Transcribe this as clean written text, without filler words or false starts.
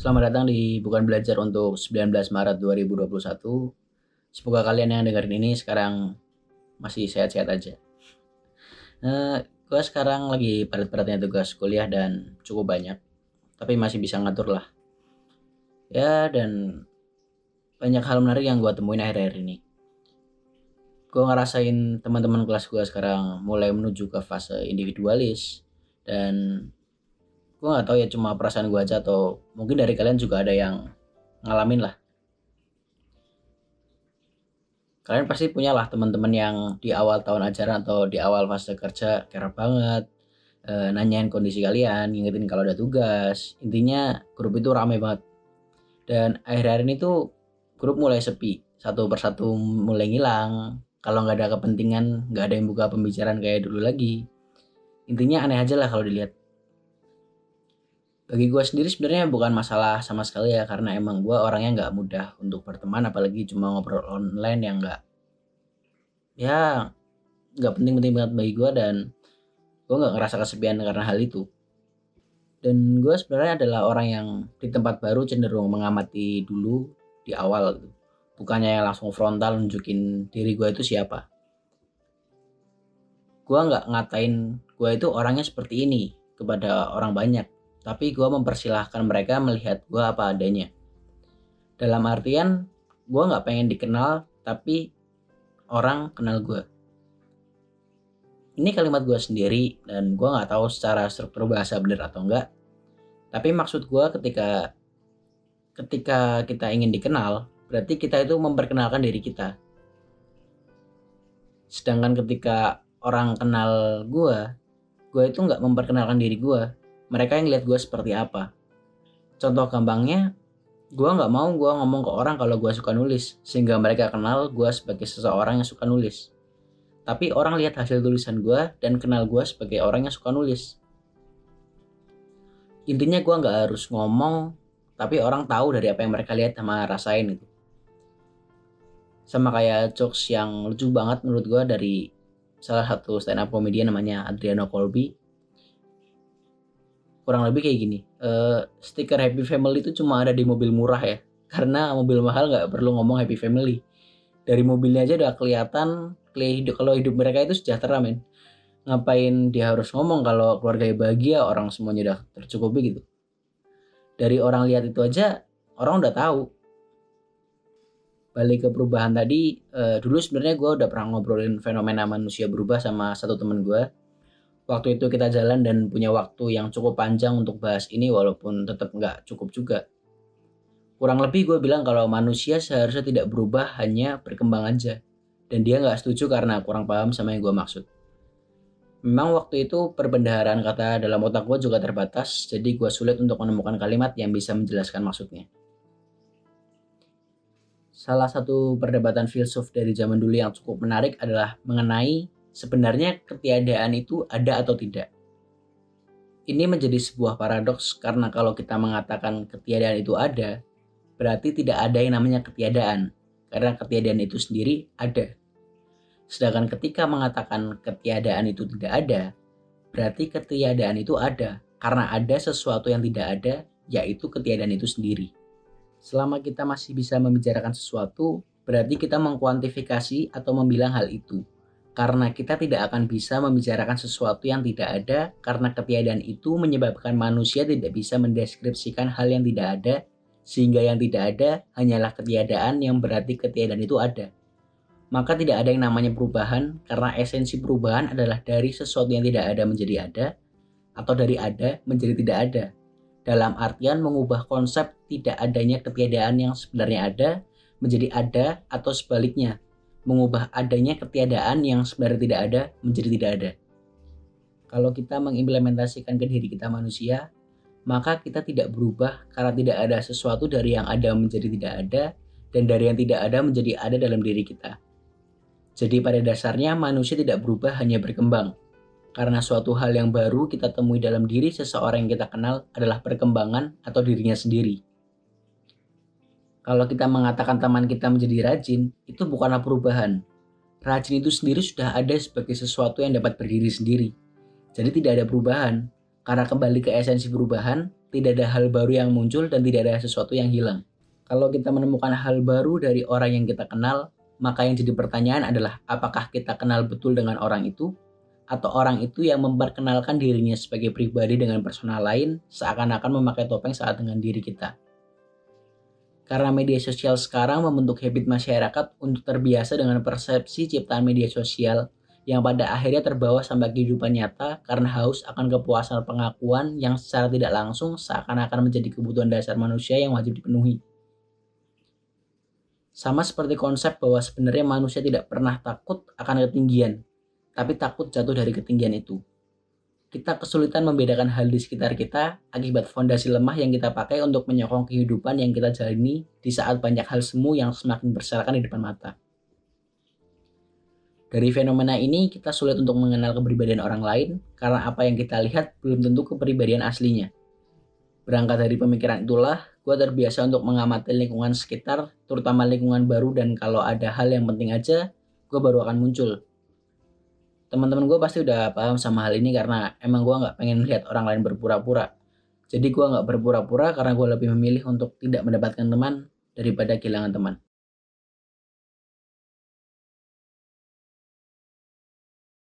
Selamat datang di Bukan Belajar untuk 19 Maret 2021. Semoga kalian yang dengerin ini sekarang masih sehat-sehat aja. Gue sekarang lagi padat-padatnya tugas kuliah dan cukup banyak, tapi masih bisa ngatur lah. Ya, dan banyak hal menarik yang gue temuin akhir-akhir ini. Gue ngerasain teman-teman kelas gue sekarang mulai menuju ke fase individualis, dan gue nggak tahu ya cuma perasaan gue aja atau mungkin dari kalian juga ada yang ngalamin lah. Kalian pasti punya lah teman-teman yang di awal tahun ajaran atau di awal fase kerja care banget, nanyain kondisi kalian, ngingetin kalau ada tugas. Intinya grup itu ramai banget. Dan akhir-akhir ini tuh grup mulai sepi, satu persatu mulai ngilang. Kalau nggak ada kepentingan, nggak ada yang buka pembicaraan kayak dulu lagi. Intinya aneh aja lah kalau dilihat. Bagi gue sendiri sebenarnya bukan masalah sama sekali ya, karena emang gue orangnya nggak mudah untuk berteman, apalagi cuma ngobrol online yang ya nggak penting-penting banget bagi gue, dan gue nggak ngerasa kesepian karena hal itu. Dan gue sebenarnya adalah orang yang di tempat baru cenderung mengamati dulu di awal gitu, bukannya langsung frontal nunjukin diri gue itu siapa. Gue nggak ngatain gue itu orangnya seperti ini kepada orang banyak, tapi gue mempersilahkan mereka melihat gue apa adanya. Dalam artian gue nggak pengen dikenal, tapi orang kenal gue. Ini kalimat gue sendiri dan gue nggak tahu secara struktur bahasa benar atau enggak. Tapi maksud gue ketika kita ingin dikenal, berarti kita itu memperkenalkan diri kita. Sedangkan ketika orang kenal gue itu nggak memperkenalkan diri gue. Mereka yang lihat gue seperti apa. Contoh gampangnya, gue nggak mau gue ngomong ke orang kalau gue suka nulis, sehingga mereka kenal gue sebagai seseorang yang suka nulis. Tapi orang lihat hasil tulisan gue dan kenal gue sebagai orang yang suka nulis. Intinya gue nggak harus ngomong, tapi orang tahu dari apa yang mereka lihat sama rasain itu. Sama kayak jokes yang lucu banget menurut gue dari salah satu stand up comedian namanya Adriano Colby. Kurang lebih kayak gini, stiker Happy Family itu cuma ada di mobil murah ya, karena mobil mahal nggak perlu ngomong Happy Family. Dari mobilnya aja udah kelihatan kalau hidup mereka itu sejahtera, men. Ngapain dia harus ngomong kalau keluarganya bahagia, orang semuanya udah tercukupi gitu. Dari orang lihat itu aja orang udah tahu. Balik ke perubahan tadi, dulu sebenarnya gue udah pernah ngobrolin fenomena manusia berubah sama satu temen gue. Waktu itu kita jalan dan punya waktu yang cukup panjang untuk bahas ini, walaupun tetap nggak cukup juga. Kurang lebih gue bilang kalau manusia seharusnya tidak berubah, hanya berkembang aja. Dan dia nggak setuju karena kurang paham sama yang gue maksud. Memang waktu itu perbendaharaan kata dalam otak gue juga terbatas, jadi gue sulit untuk menemukan kalimat yang bisa menjelaskan maksudnya. Salah satu perdebatan filsuf dari zaman dulu yang cukup menarik adalah mengenai sebenarnya ketiadaan itu ada atau tidak. Ini menjadi sebuah paradoks karena kalau kita mengatakan ketiadaan itu ada, berarti tidak ada yang namanya ketiadaan, karena ketiadaan itu sendiri ada. Sedangkan ketika mengatakan ketiadaan itu tidak ada, berarti ketiadaan itu ada, karena ada sesuatu yang tidak ada, yaitu ketiadaan itu sendiri. Selama kita masih bisa membicarakan sesuatu, berarti kita mengkuantifikasi atau membilang hal itu. Karena kita tidak akan bisa membicarakan sesuatu yang tidak ada, karena ketiadaan itu menyebabkan manusia tidak bisa mendeskripsikan hal yang tidak ada, sehingga yang tidak ada hanyalah ketiadaan yang berarti ketiadaan itu ada. Maka tidak ada yang namanya perubahan, karena esensi perubahan adalah dari sesuatu yang tidak ada menjadi ada, atau dari ada menjadi tidak ada. Dalam artian mengubah konsep tidak adanya ketiadaan yang sebenarnya ada menjadi ada, atau sebaliknya, mengubah adanya ketiadaan yang sebenarnya tidak ada menjadi tidak ada. Kalau kita mengimplementasikan ke diri kita manusia, maka kita tidak berubah karena tidak ada sesuatu dari yang ada menjadi tidak ada, dan dari yang tidak ada menjadi ada dalam diri kita. Jadi pada dasarnya manusia tidak berubah, hanya berkembang. Karena suatu hal yang baru kita temui dalam diri seseorang yang kita kenal adalah perkembangan atau dirinya sendiri. Kalau kita mengatakan teman kita menjadi rajin, itu bukanlah perubahan. Rajin itu sendiri sudah ada sebagai sesuatu yang dapat berdiri sendiri. Jadi tidak ada perubahan. Karena kembali ke esensi perubahan, tidak ada hal baru yang muncul dan tidak ada sesuatu yang hilang. Kalau kita menemukan hal baru dari orang yang kita kenal, maka yang jadi pertanyaan adalah apakah kita kenal betul dengan orang itu, atau orang itu yang memperkenalkan dirinya sebagai pribadi dengan personal lain seakan-akan memakai topeng saat dengan diri kita. Karena media sosial sekarang membentuk habit masyarakat untuk terbiasa dengan persepsi ciptaan media sosial yang pada akhirnya terbawa sampai kehidupan nyata karena haus akan kepuasan pengakuan yang secara tidak langsung seakan-akan menjadi kebutuhan dasar manusia yang wajib dipenuhi. Sama seperti konsep bahwa sebenarnya manusia tidak pernah takut akan ketinggian, tapi takut jatuh dari ketinggian itu. Kita kesulitan membedakan hal di sekitar kita akibat fondasi lemah yang kita pakai untuk menyokong kehidupan yang kita jalani di saat banyak hal semu yang semakin berserakan di depan mata. Dari fenomena ini, kita sulit untuk mengenal kepribadian orang lain karena apa yang kita lihat belum tentu kepribadian aslinya. Berangkat dari pemikiran itulah, gue terbiasa untuk mengamati lingkungan sekitar, terutama lingkungan baru, dan kalau ada hal yang penting aja, gue baru akan muncul. Teman-teman gue pasti udah paham sama hal ini karena emang gue nggak pengen lihat orang lain berpura-pura. Jadi gue nggak berpura-pura karena gue lebih memilih untuk tidak mendapatkan teman daripada kehilangan teman.